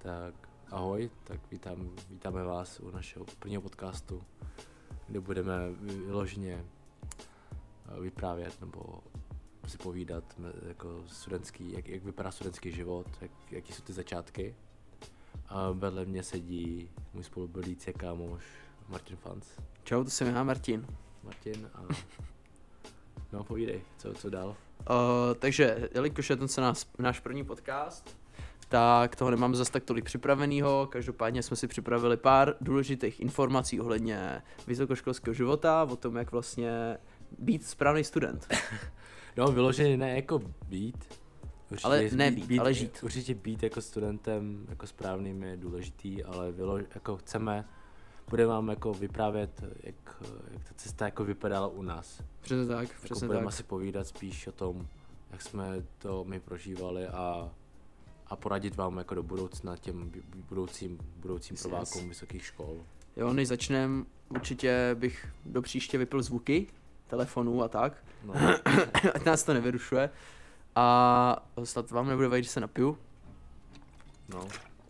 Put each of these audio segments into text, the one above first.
Tak ahoj, tak vítáme vás u našeho prvního podcastu, kde budeme vyloženě vyprávět nebo si povídat jako studentský, jak vypadá studentský život, jaký jsou ty začátky. A vedle mě sedí můj spolubydlící kámoš Martin Fans. Čau, to jsem já, Martin. Martin a no povídej, co dál? Takže, jelikož je to náš první podcast, tak toho nemáme zase tak tolik připravenýho, každopádně jsme si připravili pár důležitých informací ohledně vysokoškolského života, o tom, jak vlastně být správný student. No, vyloženě ne jako být, určitě, ale ne být, ale žít. Určitě být jako studentem, jako správným je důležitý, ale jako budeme vám jako vyprávět, jak ta cesta jako vypadala u nás. Přesně tak, jako přesně budeme tak. si povídat spíš o tom, jak jsme to my prožívali a poradit vám jako do budoucna těm budoucím prvákům vysokých škol. Jo, než začneme, určitě bych do příště vypil zvuky telefonů a tak, No. ať nás to nevyrušuje a snad vám nebude vadit, když se napiju. No.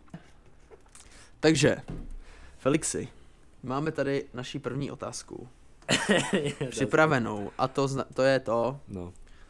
Takže, Felixi, máme tady naši první otázku připravenou a to je to. No.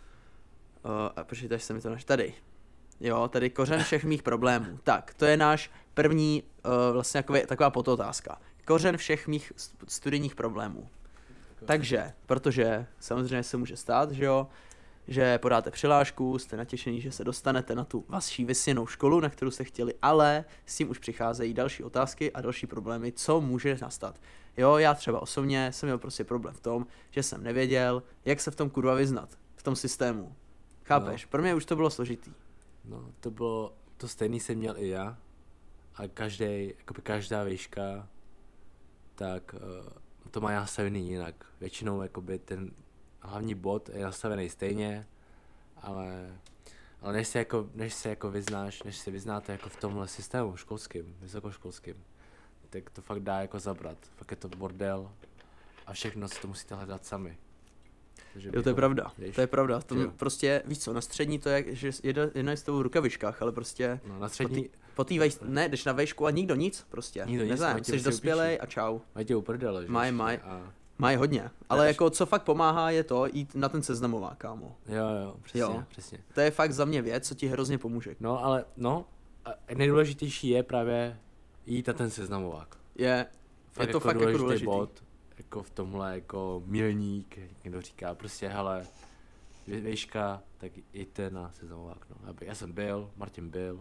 A počkejte, až se mi to tady. Jo, tady kořen všech mých problémů. Tak, to je náš první vlastně taková podotázka. Kořen všech mých studijních problémů. Takže, protože samozřejmě se může stát, že jo, že podáte přihlášku, jste natěšení, že se dostanete na tu vaši vysněnou školu, na kterou jste chtěli, ale s tím už přicházejí další otázky a další problémy, co může nastat. Jo, já třeba osobně jsem měl prostě problém v tom, že jsem nevěděl, jak se v tom kurva vyznat, v tom systému. Chápeš? No. Pro mě už to bylo složitý. No, to stejný jsem měl i já a každá výška, tak to má nastavený jinak. Většinou jakoby ten hlavní bod je nastavený stejně, ale než se vyznáte jako v tomhle systému školským, vysokoškolským, tak to fakt dá jako zabrat. Fakt je to bordel a všechno si to musíte hledat sami. Jo, to je pravda, to je pravda. To prostě, víš co, na střední to je, že jedna je s tou v rukavičkách, ale prostě no, na střední jdeš na vejšku a nikdo nic, prostě. Neznám, jsi dospělej a čau. Mají tě uprdele, že? Mají hodně, ale jako co fakt pomáhá je to jít na ten seznamovák, kámo. Jo, přesně. To je fakt za mě věc, co ti hrozně pomůže. No, ale nejdůležitější je právě jít na ten seznamovák. Je to fakt jako důležitý bod. Jako v tomhle jako milník, někdo říká prostě, hele, výška, tak jděte na seznamovák, no. Já jsem byl, Martin byl.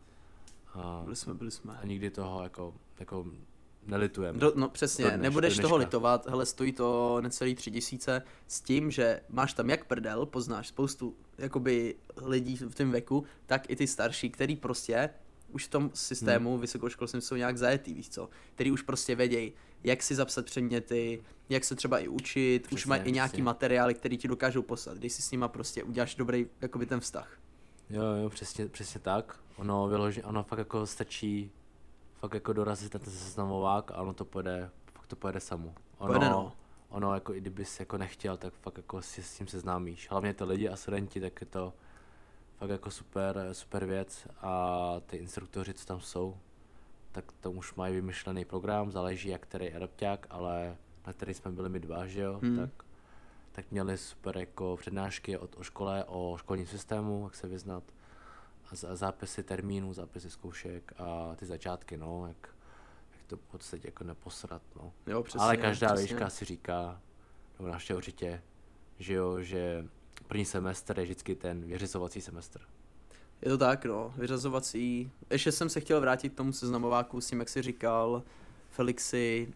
Byli jsme. A nikdy toho jako nelitujeme. No přesně, nebudeš toho litovat, hele, stojí to necelý 3000 s tím, že máš tam jak prdel, poznáš spoustu jakoby lidí v tom věku, tak i ty starší, který prostě už v tom systému vysokoškolským jsou nějak zajetý, víš co, který už prostě vědějí, jak si zapsat předměty, jak se třeba i učit, přesně, už mají i nějaký materiály, který ti dokážou poslat, když si s nima prostě uděláš dobrý jakoby ten vztah. Jo, přesně tak, ono fakt jako stačí fakt jako dorazit na ten seznamovák a ono to pojede samo. Ono jako i kdyby jsi jako nechtěl, tak fakt jako si s tím seznámíš. Hlavně ty lidi a studenti, tak je to fakt jako super věc a ty instruktoři, co tam jsou, tak to už mají vymyšlený program, záleží jak který adapták, ale na který jsme byli my dva, že jo, tak měli super jako přednášky o škole, o školním systému, jak se vyznat, a zápisy termínů, zápisy zkoušek a ty začátky, no, jak to v podstatě jako neposrat, no. Jo, přesně, ale každá výška si říká, nebo naště určitě, že jo, že první semestr je vždycky ten vyřizovací semestr. Je to tak, no, vyřazovací. Ještě jsem se chtěl vrátit k tomu seznamováku s tím, jak jsi říkal, Felixi,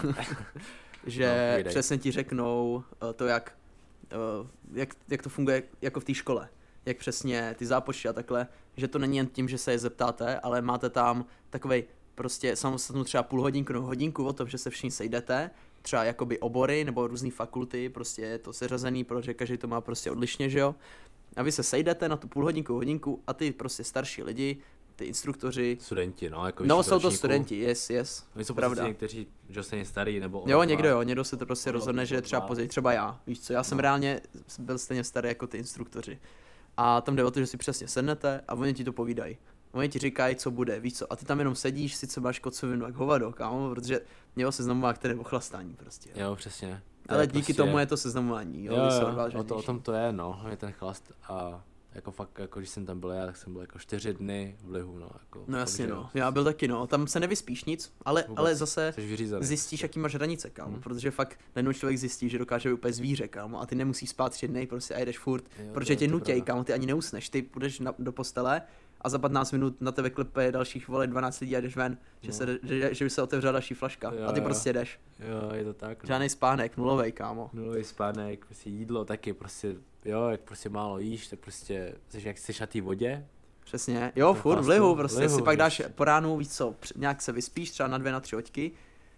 že no, přesně ti řeknou to, jak to funguje jako v té škole. Jak přesně ty zápočty a takhle, že to není jen tím, že se je zeptáte, ale máte tam takovej prostě samostatnou třeba půl hodinku nebo hodinku o tom, že se všichni sejdete, třeba jakoby obory nebo různý fakulty, prostě je to seřazený, protože každý to má prostě odlišně, že jo. A vy se sejdete na tu půl hodinku a ty prostě starší lidi, ty instruktoři. Studenti, no, jako no, jsou to studenti, yes. Oni jsou pravda. Někteří, že stejně starý, nebo jo, někdo se to prostě rozhodne, že třeba později, třeba já, víš co, já jsem reálně byl stejně starý jako ty instruktoři. A tam jde o to, že si přesně sednete a oni ti to povídají. oni ti říkají, co bude, víš co, a ty tam jenom sedíš, sice máš kocovinu jak hovado, kámo, protože mělo seznamovák, který je ochlastání prostě. Jo, přesně. Ale díky prostě... tomu je to seznamování, jo, o tom to je, no, je ten chlast a jako fakt, jako když jsem tam byl já, tak jsem byl jako 4 dny v lihu, no. Jako, no jasně, no, já byl taky, no, tam se nevyspíš nic, ale zase zjistíš, jaký máš hranice, kámo, protože fakt najednou člověk zjistí, že dokáže být úplně zvíře, kámo, a ty nemusíš spát 3 dny, prostě a jdeš furt, protože tě nutěj, kámo, ty ani neusneš, ty půjdeš do postele a za 15 minut na tebe klepe dalších 12 lidí a jdeš ven, že by se otevřela další flaška a ty prostě jdeš. Jo, je to tak. No. Žádný spánek, nulovej, kámo. Nulový spánek, prostě jídlo taky, prostě, jo, jak prostě málo jíš, tak prostě jsi na té vodě. Přesně, jo, furt v lihu, prostě si pak dáš po ránu, víc co, nějak se vyspíš, třeba na 2, na 3 hoďky,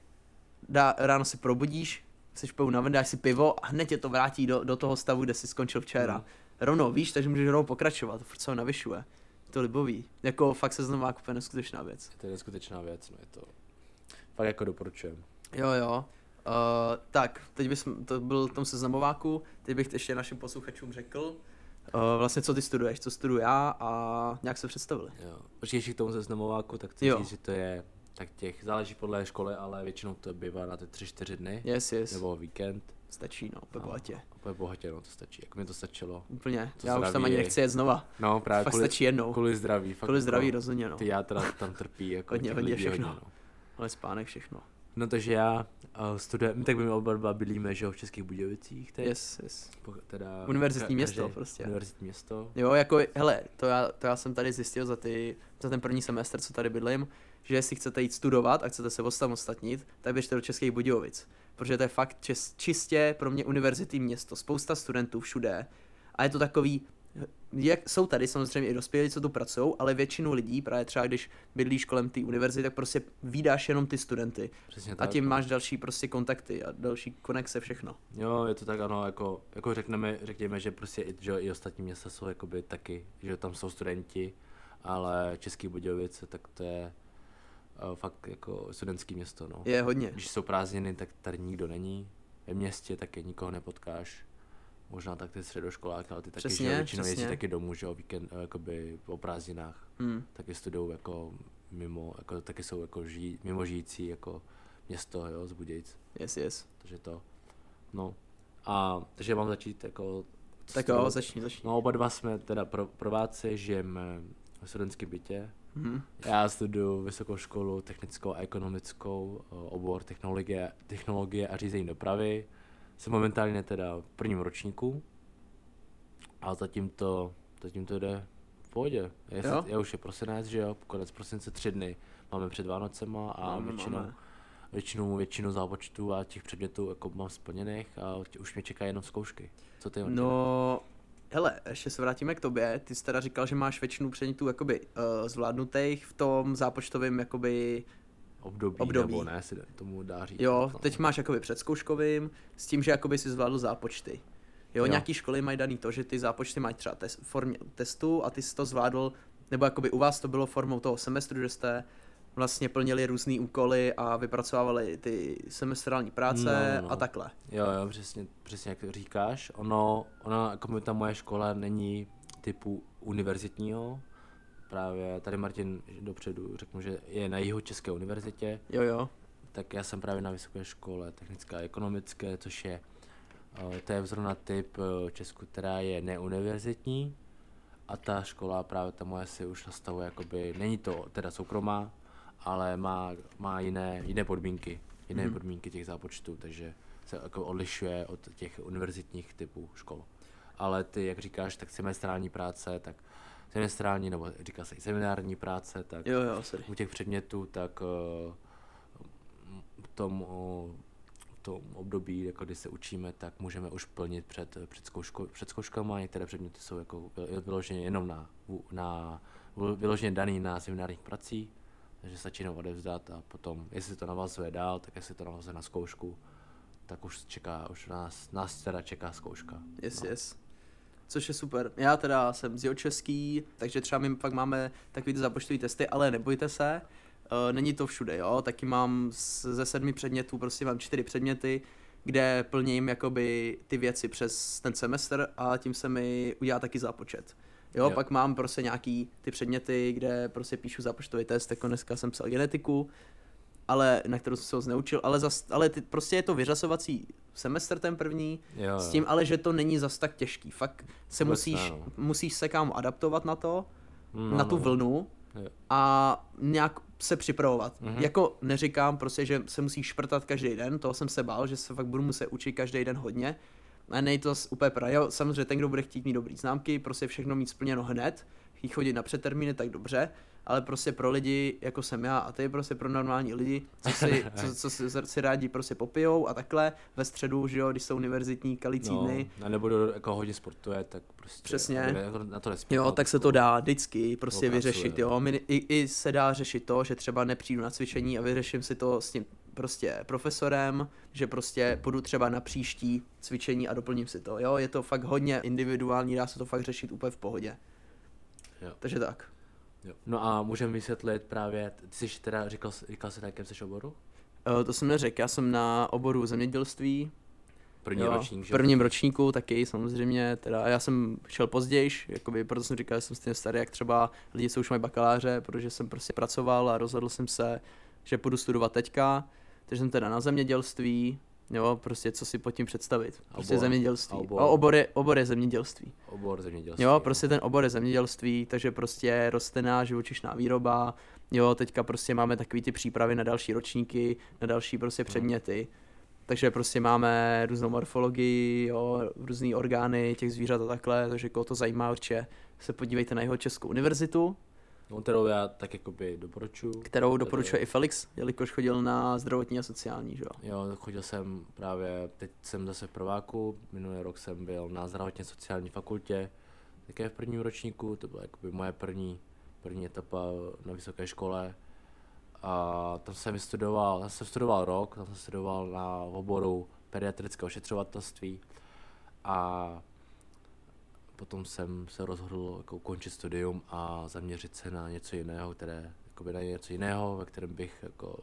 ráno si probudíš, jsi na ven, dáš si pivo a hned tě to vrátí do toho stavu, kde jsi skončil včera. Rovnou, víš, takže můžeš rovnou pokračovat, furt se ho navyšuje. To libový. Jako fakt seznamovák úplně neskutečná věc. To je neskutečná věc, no je to. Fakt jako doporučujem. Jo. Tak, teď to byl v tom seznamováku, teď bych ještě našim posluchačům řekl, vlastně co ty studuješ, co studuju já a nějak se představili. Jo, počkej ještě k tomu seznamováku, tak chci říct, že to je, tak záleží podle školy, ale většinou to bývá na ty 3-4 dny. Yes. Nebo víkend. Stačí, no, úplně bohatě. Úplně bohatě, no, to stačí, jako mi to stačilo. Úplně, já už tam ani nechci jet znova. No, právě fakt stačí jednou. Kvůli zdraví. Kvůli zdraví rozhodně, no. Ty játra tam trpí, jako hodně všechno. No. Ale spánek všechno. No takže já studuji, tak my oba dva bydlíme, že v Českých Budějovicích teď. Yes. Teda univerzitní město prostě. Univerzitní město. Jo, jako, hele, to já jsem tady zjistil za ten první semestr, co tady bydlím, že jestli chcete jít studovat a chcete se osamostatnit, tak běžte do Českých Budějovic. Protože to je fakt čistě pro mě univerzitní město, spousta studentů všude a je to takový, jsou tady samozřejmě i dospělí, co tu pracují, ale většinu lidí, právě třeba když bydlíš kolem té univerzity, tak prostě vídáš jenom ty studenty. Přesně a tím máš další prostě kontakty a další konexe, všechno. Jo, je to tak, ano, jako řekněme, že prostě i ostatní města jsou jakoby taky, že tam jsou studenti, ale Český Budějovice, tak to je fakt jako studentský město, no. Je hodně. Když jsou prázdniny, tak tady nikdo není. Ve městě taky nikoho nepotkáš. Možná tak ty středoškoláky, ale ty taky, že většinou jezdí taky domů, že o víkend, jakoby o prázdninách. Taky studují jako mimo, jako taky jsou jako mimo žijící jako město, jo, z Budějic. Yes. Takže to, no. A takže mám začít jako... Tak jo, začni. No, oba dva jsme teda prváci, žijeme v studentském bytě. Já studuju vysokou školu technickou a ekonomickou, obor technologie a řízení dopravy. Jsem momentálně teda v prvním ročníku a zatím to jde v pohodě. Já už je prosinec, že jo, konec prosince 3 dny máme před Vánocema a většinu zápočtů a těch předmětů jako mám splněných a už mě čekají jenom zkoušky. Co ty? No, hele, ještě se vrátíme k tobě. Ty jsi teda říkal, že máš většinu předmětů jakoby zvládnutých v tom zápočtovém jakoby období. Nebo ne, si tomu dá říct. Jo, teď máš jakoby předzkouškovým s tím, že jakoby si zvládl zápočty. Jo, nějaký školy mají daný to, že ty zápočty mají třeba formě testu a ty jsi to zvládl, nebo jakoby u vás to bylo formou toho semestru, že jste vlastně plnili různý úkoly a vypracovávali ty semestrální práce a takhle. Jo, přesně jak říkáš. Ono jako ta moje škola není typu univerzitního. Právě tady Martin dopředu řeknu, že je na Jihočeské univerzitě. Jo. Tak já jsem právě na vysoké škole technické a ekonomické, což je, to je zrovna typ Česku, která je neuniverzitní. A ta škola, právě ta moje, si už nastavuje, jakoby, není to teda soukromá, ale má jiné podmínky, podmínky těch zápočtů, takže se jako odlišuje od těch univerzitních typů škol. Ale ty, jak říkáš, tak semestrální práce, tak semestrální, nebo říká se i seminární práce, tak u těch předmětů, tak v tom období, jako kdy se učíme, tak můžeme už plnit před zkouškama. Některé předměty jsou jako vyloženě jenom vyloženě daný na seminárních pracích, takže stačí jenom odevzdat a potom, jestli to navazuje dál, tak jestli to navazuje na zkoušku, tak už nás teda čeká zkouška. Yes. Což je super. Já teda jsem z Jihočeský, takže třeba my pak máme takový zápočtový testy, ale nebojte se, není to všude, jo, taky mám ze 7 předmětů, prostě mám 4 předměty, kde plním jakoby ty věci přes ten semestr a tím se mi udělá taky zápočet. Jo, pak mám prostě nějaký ty předměty, kde prostě píšu zápočtový test, jako dneska jsem psal genetiku, ale na kterou jsem se ho neučil, ale prostě je to vyřazovací semestr ten první, s tím ale, že to není zas tak těžký. Fakt se musíš se kámo adaptovat na to, na tu vlnu a nějak se připravovat. Jako neříkám prostě, že se musíš šprtat každý den, toho jsem se bál, že se fakt budu muset učit každý den hodně, a nej to úplně jo, samozřejmě ten, kdo bude chtít mít dobrý známky, prostě všechno mít splněno hned, chtít chodit na předtermíny, tak dobře, ale prostě pro lidi, jako jsem já a ty, prostě pro normální lidi, co si rádi prostě popijou a takhle ve středu, že jo, když jsou univerzitní kalicí dny. A nebo jako hodně sportuje, tak prostě přesně. Na to nespěl. Jo, tak se to dá vždycky prostě vyřešit, jo. I se dá řešit to, že třeba nepřijdu na cvičení a vyřeším si to s tím prostě profesorem, že prostě půjdu třeba na příští cvičení a doplním si to, jo. Je to fakt hodně individuální, dá se to fakt řešit úplně v pohodě. Jo. Takže tak. Jo. No a můžeme vysvětlit právě, ty jsi teda říkal jsi na jakém jsi oboru? To jsem neřekl, já jsem na oboru zemědělství. Ročník, v prvním ročníku taky samozřejmě, teda já jsem šel pozdějiš, jakoby, proto jsem říkal, že jsem stejně starý jak třeba lidi, co už mají bakaláře, protože jsem prostě pracoval a rozhodl jsem se, že půjdu studovat teďka, takže jsem teda na zemědělství, jo, prostě co si pod tím představit, prostě zemědělství. Obor je zemědělství. Obor zemědělství. Jo, prostě ten obor je zemědělství, takže prostě rostlinná, živočišná výroba, jo, teďka prostě máme takový ty přípravy na další ročníky, na další prostě předměty. Takže prostě máme různou morfologii, jo, různý orgány těch zvířat a takhle, takže koho to zajímá, určitě se podívejte na Jihočeskou univerzitu. No, kterou já tak jakoby doporučuji. Kterou doporučuje i Felix, jelikož chodil na zdravotní a sociální, že jo? Jo, chodil jsem právě, teď jsem zase v prváku, minulý rok jsem byl na zdravotně sociální fakultě, také v prvním ročníku, to byla jakoby moje první etapa na vysoké škole. A tam jsem studoval rok, tam jsem studoval na oboru pediatrického ošetřovatelství a potom jsem se rozhodl jako ukončit studium a zaměřit se na něco jiného, ve kterém bych jako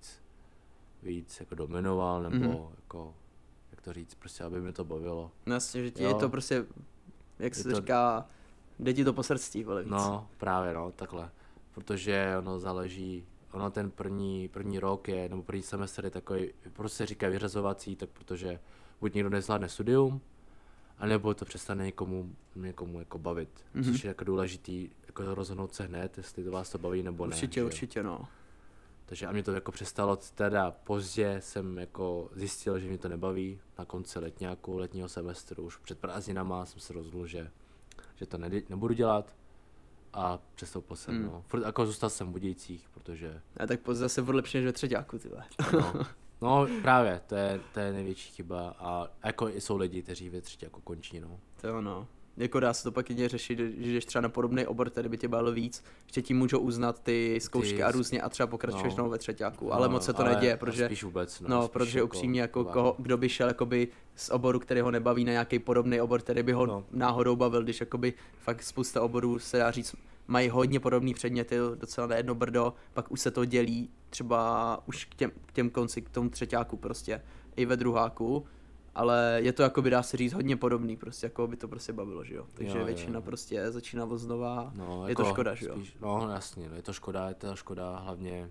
víc jako dominoval, nebo jako, jak to říct, prostě aby mi to bavilo. No jasně, že ti je to prostě, jak se říká, jde ti to po srdci, vole víc. No, právě no, takhle, protože ono záleží. Ono ten první rok je, nebo první semestr je takový, prostě říká vyřazovací, tak protože buď někdo nezvládne studium, anebo to přestane někomu jako bavit, což je jako důležitý, jako rozhodnout se hned, jestli to vás to baví nebo ne. Určitě, no. Takže a mě to jako přestalo, teda pozdě jsem jako zjistil, že mě to nebaví, na konci letního semestru, už před prázdninama jsem se rozhodl, že to nebudu dělat. A přestoupil jsem, no. Furt jako zůstal jsem v Budějcích, protože... A tak zase furt lepší než ve třeťáku, tyhle. No právě, to je největší chyba a jako jsou lidi, kteří ve třeťáku končí, no. To ono. Jako dá se to pak jedině řešit, že jdeš třeba na podobný obor, který by tě bavil víc, že ti můžou uznat ty zkoušky a různě a třeba pokračuješ ve třeťáku, ale moc se to neděje, protože... Spíš vůbec, protože upřímně jako kdo by šel jakoby z oboru, který ho nebaví, na nějaký podobný obor, který by ho náhodou bavil, když jakoby fakt spousta oborů se dá říct, mají hodně podobný předměty, docela na jedno brdo, pak už se to dělí třeba už k těm konci, k tomu třeťáku prostě, i ve druháku, ale je to jakoby dá se říct hodně podobný, prostě jako by to prostě bavilo, že jo, takže většina prostě začíná od znova, je to škoda, že jo. No jasně, je to škoda hlavně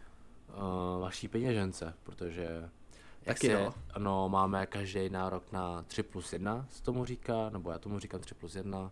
vaší peněžence, protože máme každý nárok na 3+1, se tomu říká, nebo já tomu říkám 3+1,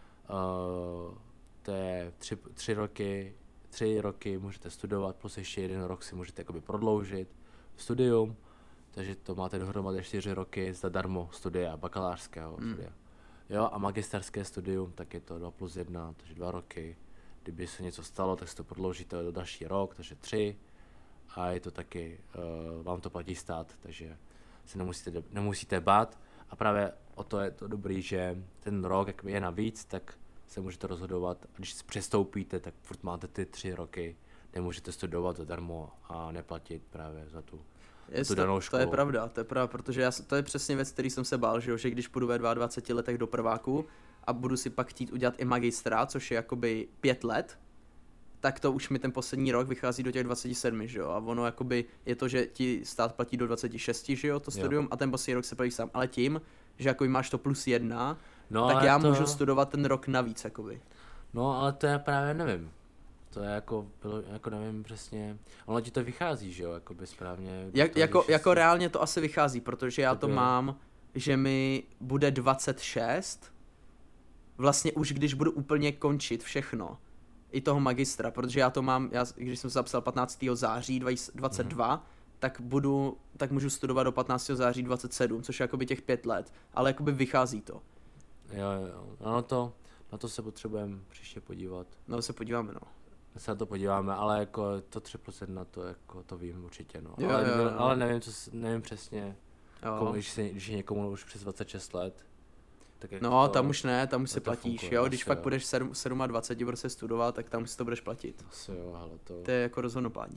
to je 3 roky můžete studovat, plus ještě 1 rok si můžete jakoby prodloužit studium, takže to máte dohromady 4 roky zadarmo studia, bakalářského studia. Jo, a magisterské studium, tak je to 2+1, takže 2 roky. Kdyby se něco stalo, tak si to prodloužíte do další rok, takže 3. A je to taky, vám to platí stát, takže se nemusíte bát. A právě o to je to dobrý, že ten rok, jak je navíc, tak se můžete rozhodovat. A když přestoupíte, tak furt máte ty 3 roky, nemůžete studovat zadarmo a neplatit právě za tu danou školu. To je pravda, protože to je přesně věc, který jsem se bál, že když půjdu ve 22 letech do prváku a budu si pak chtít udělat i magistra, což je jakoby 5 let, tak to už mi ten poslední rok vychází do těch 27, že jo, a ono jakoby je to, že ti stát platí do 26, že jo, to studium, a ten poslední rok se platí sám, ale tím, že jakoby máš to +1, No, tak já můžu studovat ten rok navíc, jakoby. No, ale to já právě nevím. To je jako nevím přesně, ono ti to vychází, že jo, jakoby správně. Jako reálně to asi vychází, protože já to mám, že mi bude 26, vlastně už když budu úplně končit všechno, i toho magistra, protože já to mám, když jsem se zapsal 15. září 2022, tak můžu studovat do 15. září 27, což je jakoby těch 5 let, ale jakoby vychází to. Jo, na to se potřebujeme příště podívat. No se podíváme, no. Se na to podíváme, ale jako to 3% na to, jako to vím určitě, no. Jo, ale nevím přesně, když je někomu už přes 26 let. Tak jako no, tam už ne, tam už si platíš, funguje, jo, když fakt budeš 27 prostě studovat, tak tam si to budeš platit. Asi jo, hele, to je jako rozhodnopádně.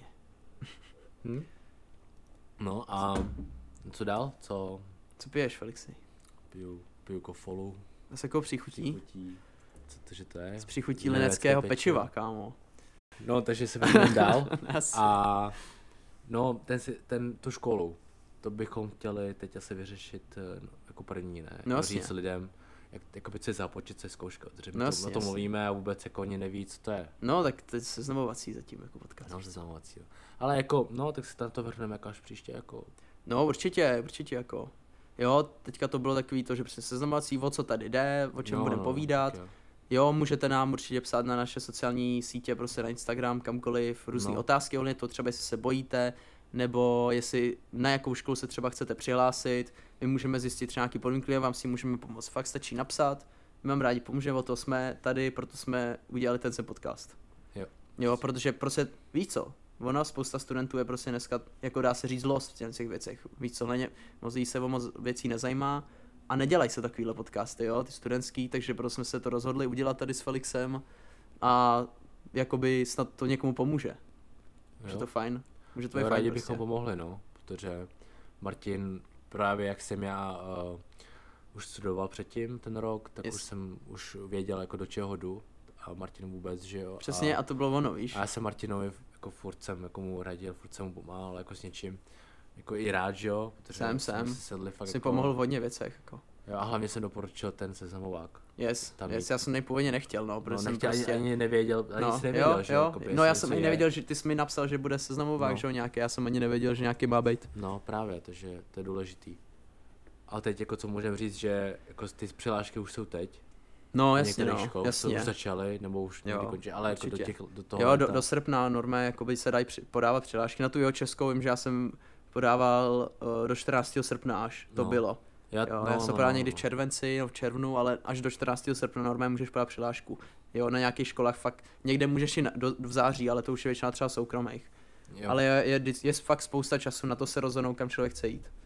No a co dál? Co piješ, Felixi? Piju kofolu. A s jakou příchutí? Co to, že to je? Z příchutí lineckého pečiva, kámo. No, takže se vrhneme dál. A no, tu školu, to bychom chtěli teď asi vyřešit jako první, ne? No, říct lidem, jakoby co je započet se zkouška, protože my o tom mluvíme a vůbec jako oni neví, co to je. No, tak to je seznamovací zatím jako podcast. No, seznamovací, jo. Ale jako, no, tak se tam to vrhneme jako až příště, jako. No, určitě jako. Jo, teďka to bylo takový to, že přesně seznamovací, o co tady jde, o čem budeme povídat. Tak jo, můžete nám určitě psát na naše sociální sítě, prostě na Instagram, kamkoliv, různé otázky, ohledně to třeba, jestli se bojíte, nebo jestli na jakou školu se třeba chcete přihlásit, my můžeme zjistit třeba nějaký podmínky, vám si můžeme pomoct, fakt stačí napsat, my vám rádi pomůžeme, o to jsme tady, proto jsme udělali ten podcast. Jo, protože prostě, víš co, ono, spousta studentů je prostě dneska, jako dá se říct, lost v těch věcech, víš co, moc se o moc věcí nezajímá a nedělají se takovýhle podcasty, jo, ty studentský, takže proto jsme se to rozhodli udělat tady s Felixem a jakoby snad to někomu pomůže. Že to fajn. Že to je fajn rádi prostě. bychom pomohli, no, protože Martin, právě jak jsem já už studoval předtím ten rok, tak už věděl, jako do čeho jdu a Martin vůbec, že jo. Přesně a to bylo ono, víš. A já jsem Martinovi jako furt jsem mu radil, furt jsem mu pomáhal jako s něčím, jako i rád, že jo. Jsem. Sedli fakt jsi jako, pomohl v hodně věcech, jako. Jo, a hlavně jsem doporučil ten seznamovák. Já jsem nejpůvodně nechtěl, no, protože jsem prostě ani nevěděl, jsi nevěděl, že jo. No, já jsem ani nevěděl, že ty jsi mi napsal, že bude seznamovák, že jo, nějaký, já jsem ani nevěděl, že nějaký má být. No, právě, takže to je důležitý. A teď jako co můžeme říct, že jako ty přihlášky už jsou teď. No, jasně, už začaly, nebo už někdy končí, ale jako do toho. Jo, do srpna normálně jakoby se dají podávat přihlášky na tu jeho českou, vím, že já jsem podával do 14. srpna až, to bylo. Já jsem podal někdy v červenci, v červnu, ale až do 14. srpna normálně můžeš podat přihlášku. Jo, na nějakých školách fakt, někde můžeš i v září, ale to už je většina třeba soukromých. Jo. Ale je fakt spousta času na to se rozhodnout, kam člověk chce jít.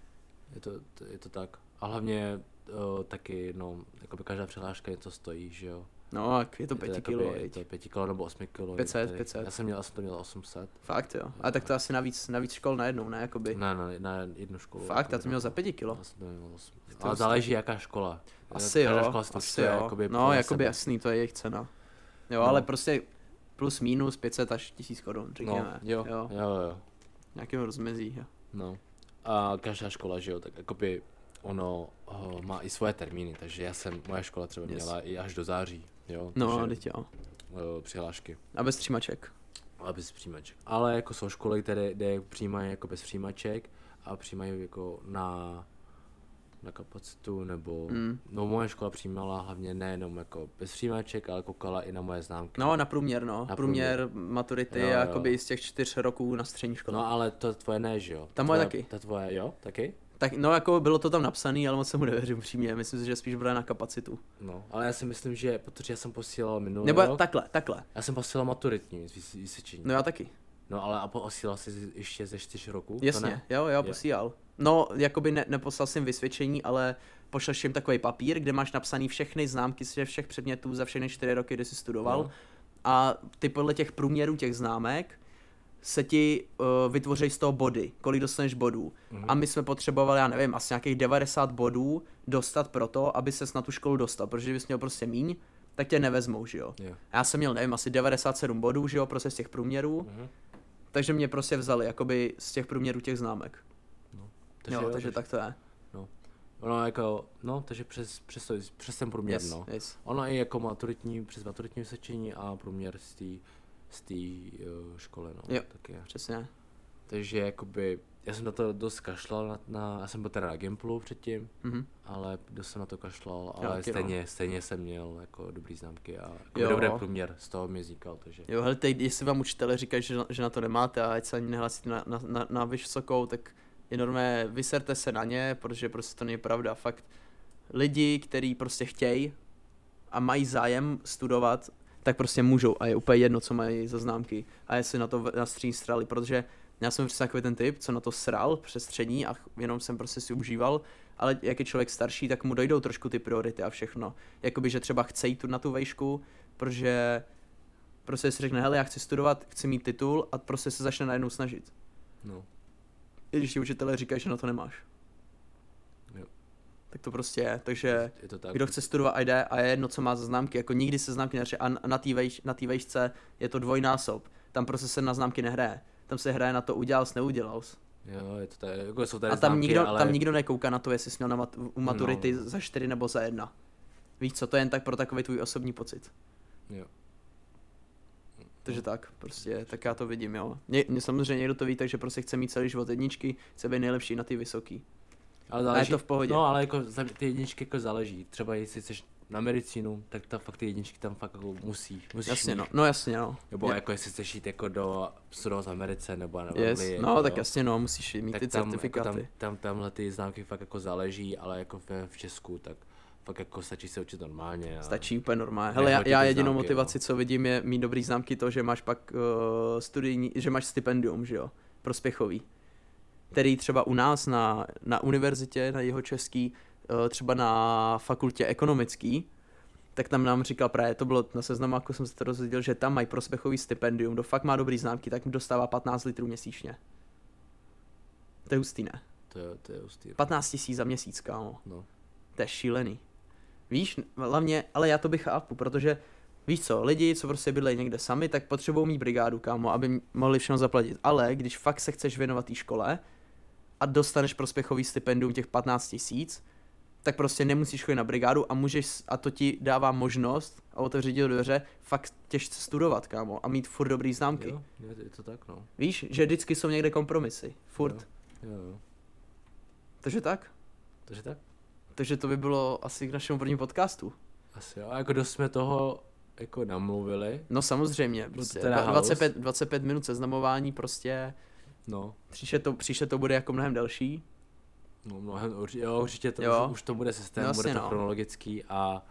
Je to tak. A hlavně taky, no, jakoby každá přihláška něco stojí, že jo. No, je to 5 kilo, je to 5 kilo nebo 8 kilo. 500. Já jsem to měl 800. Fakt jo. A tak to asi navíc škol najednou, ne, jakoby. Na jednu školu. Fakt, já to měl za 5 kilo. Já jsem to měl 8. Ale záleží jaká škola. Asi jo. Jakoby no, jakoby jasný, to je jejich cena. Jo, ale prostě plus minus 500 až 1000 korun, řekněme. Jo. Nějakého rozmezí, jo. No. A každá škola, že jo, tak jakoby ono má i svoje termíny, takže moje škola třeba měla i až do září, jo. No, teď jo. Přihlášky. A bez přijímaček. Ale jako jsou školy, kde přijímají jako bez přijímaček a přijímají jako na kapacitu, nebo no moje škola přijímala hlavně nejenom jako bez přijímaček, ale koukala i na moje známky. No, na průměr, no. Průměr maturity a jakoby z těch 4 roků na střední škole. No, ale to tvoje ne, že jo? Ta moje taky. Ta tvoje, jo? Taky? Tak, no, jako bylo to tam napsaný, ale moc se mu nevěřím přímě. Myslím si, že spíš bude na kapacitu. No, ale já si myslím, že, protože já jsem posílal minulý nebo rok. takhle. Já jsem posílal maturitní vysvědčení. No, já taky. No, ale a posílal jsi ještě ze 4 roků? Jasně, jo, posílal. No, jakoby neposlal jsem vysvědčení, ale pošleš jim takový papír, kde máš napsaný všechny známky ze všech předmětů za všechny 4 roky, kdy jsi studoval. No. A ty podle těch průměrů těch známek se ti vytvoří z toho body, kolik dostaneš bodů. A my jsme potřebovali, já nevím, asi nějakých 90 bodů dostat pro to, aby ses na tu školu dostal, protože kdybys měl prostě míň, tak tě nevezmou, že jo. Yeah. Já jsem měl, nevím, asi 97 bodů, že jo, prostě z těch průměrů. Takže mě prostě vzali, jakoby z těch průměrů těch známek. No, takže tak to je. No. Ono jako, no, takže přes ten průměr, yes, no. Yes. Ono i jako přes maturitní vysvědčení a průměr z té školy, no. Jo, tak je. Přesně. Takže jakoby, já jsem na to dost kašlal, já jsem byl teda na Gimplu předtím, ale dost jsem na to kašlal, ale stejně jsem měl jako dobrý známky a jako dobrý průměr z toho mi vznikal, takže. Jo, hele, teď, jestli vám učitelé říkají, že na to nemáte a ať se ani nehlasíte na vysokou, tak je normálně, vyserte se na ně, protože prostě to není pravda, fakt. Lidi, kteří prostě chtějí a mají zájem studovat, tak prostě můžou a je úplně jedno, co mají za známky a jestli na to na střední srali, protože já jsem přesně takový ten typ, co na to sral přes střední a jenom jsem prostě si užíval, ale jak je člověk starší, tak mu dojdou trošku ty priority a všechno. Jakoby, že třeba chce jít na tu vejšku, protože prostě si řekne, hele, já chci studovat, chci mít titul a prostě se začne najednou snažit. No. I když ti učitelé říkají, že na to nemáš. Jo. Tak to prostě je, takže je to tak. Kdo chce studovat a jde a je jedno, co má za známky, jako nikdy se známky nehraje a na té vejšce je to dvojnásob, tam prostě se na známky nehraje, tam se hraje na to udělal jsi, neudělal jsi. Jo, je to tady, jako jsou tady a tam, známky, ale... tam nikdo nekouká na to, jestli jsi měl u maturity za 4 nebo za 1. Víš co, to je jen tak pro takový tvůj osobní pocit. Jo. Takže tak, prostě, tak já to vidím, jo. Mě samozřejmě někdo to ví, takže prostě chce mít celý život jedničky, chce být nejlepší na ty vysoký. Ale záleží, a je to v pohodě. No, ale jako ty jedničky jako záleží. Třeba jestli jsi na medicínu, tak ta fakt ty jedničky tam fakt jako musíš jasně, mít. no jasně, no. Nebo jako jestli chceš jít jako do studovat v Americe nebo na Anglii. No, tak jasně, no, musíš mít tak ty certifikáty. Jako tamhle ty známky fakt jako záleží, ale jako v Česku, tak fakt jako stačí se učit normálně. Stačí úplně normálně. Hele, já jedinou motivaci, co vidím, je mít dobrý známky to, že máš pak studijní, že máš stipendium, že jo, prospěchový. Který třeba u nás na univerzitě, na Jihočeský, třeba na fakultě ekonomický, tak tam nám říkal právě, to bylo na seznamu, jako jsem se to dozvěděl, že tam mají prospěchový stipendium, kdo fakt má dobrý známky, tak dostává 15 litrů měsíčně. To je hustý, ne? To je hustý. 15 000 za měsíc, kámo. No. To je šílený. Víš, hlavně, ale já to bych chápu, protože víš co, lidi, co prostě bydlejí někde sami, tak potřebují mít brigádu, kámo, aby mohli všechno zaplatit. Ale když fakt se chceš věnovat té škole a dostaneš prospěchový stipendium těch 15 000, tak prostě nemusíš chodit na brigádu a můžeš, a to ti dává možnost a otevřít ti dveře, fakt těžce studovat, kámo, a mít furt dobrý známky. Jo, je to tak, no. Víš, že vždycky jsou někde kompromisy, furt. Jo. Takže tak. Takže to by bylo asi k našemu prvnímu podcastu. Asi jo, a jako dost jsme toho jako namluvili. No samozřejmě, prostě 25 minut seznamování prostě. No. Příště to bude jako mnohem delší. No určitě to už to bude systém, no, bude to chronologický a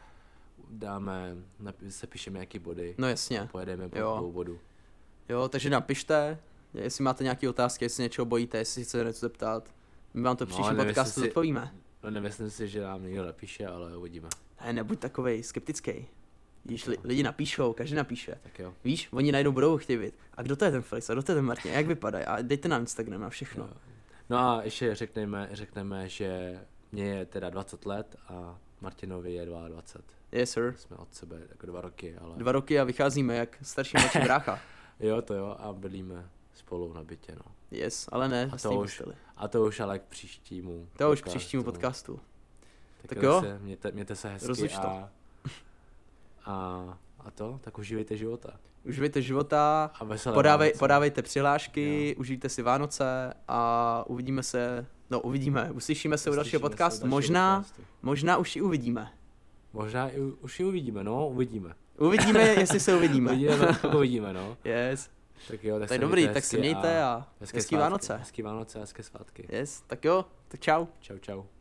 sepíšeme nějaký body. No jasně. A pojedeme po 2 bodů. Jo, takže napište, jestli máte nějaké otázky, jestli něčeho bojíte, jestli chcete něco zeptat. My vám to příští podcastu odpovíme. No nemyslím si, že nám někdo napíše, ale uvidíme. Ne, nebuď takovej skeptický. Když lidi napíšou, každý napíše. Tak jo. Víš, oni najdou budou chtěvit. A kdo to je ten Felix, a kdo to je ten Martin, jak vypadají? A dejte nám Instagram a všechno. Jo. No a ještě řekneme, že mě je teda 20 let a Martinovi je 22. Yes, sir. Jsme od sebe jako 2 roky, ale... 2 roky a vycházíme jak starší mladší brácha. Jo, a bydlíme spolu na bytě, no. Yes, ale ne, a to už ale k příštímu podcastu. Tak jo. Mějte se hezky tak užívejte života. Užívejte života, podávejte přihlášky, užijte si Vánoce a uslyšíme se u dalšího podcastu. Možná už ji uvidíme. Možná už ji uvidíme, no, uvidíme. Uvidíme, jestli se uvidíme. Uvidíme, no. Yes. Tak jo, tak dobrý, tak se mějte a hezký Vánoce. Hezký Vánoce a hezké svátky. Yes, tak jo, tak čau. Čau.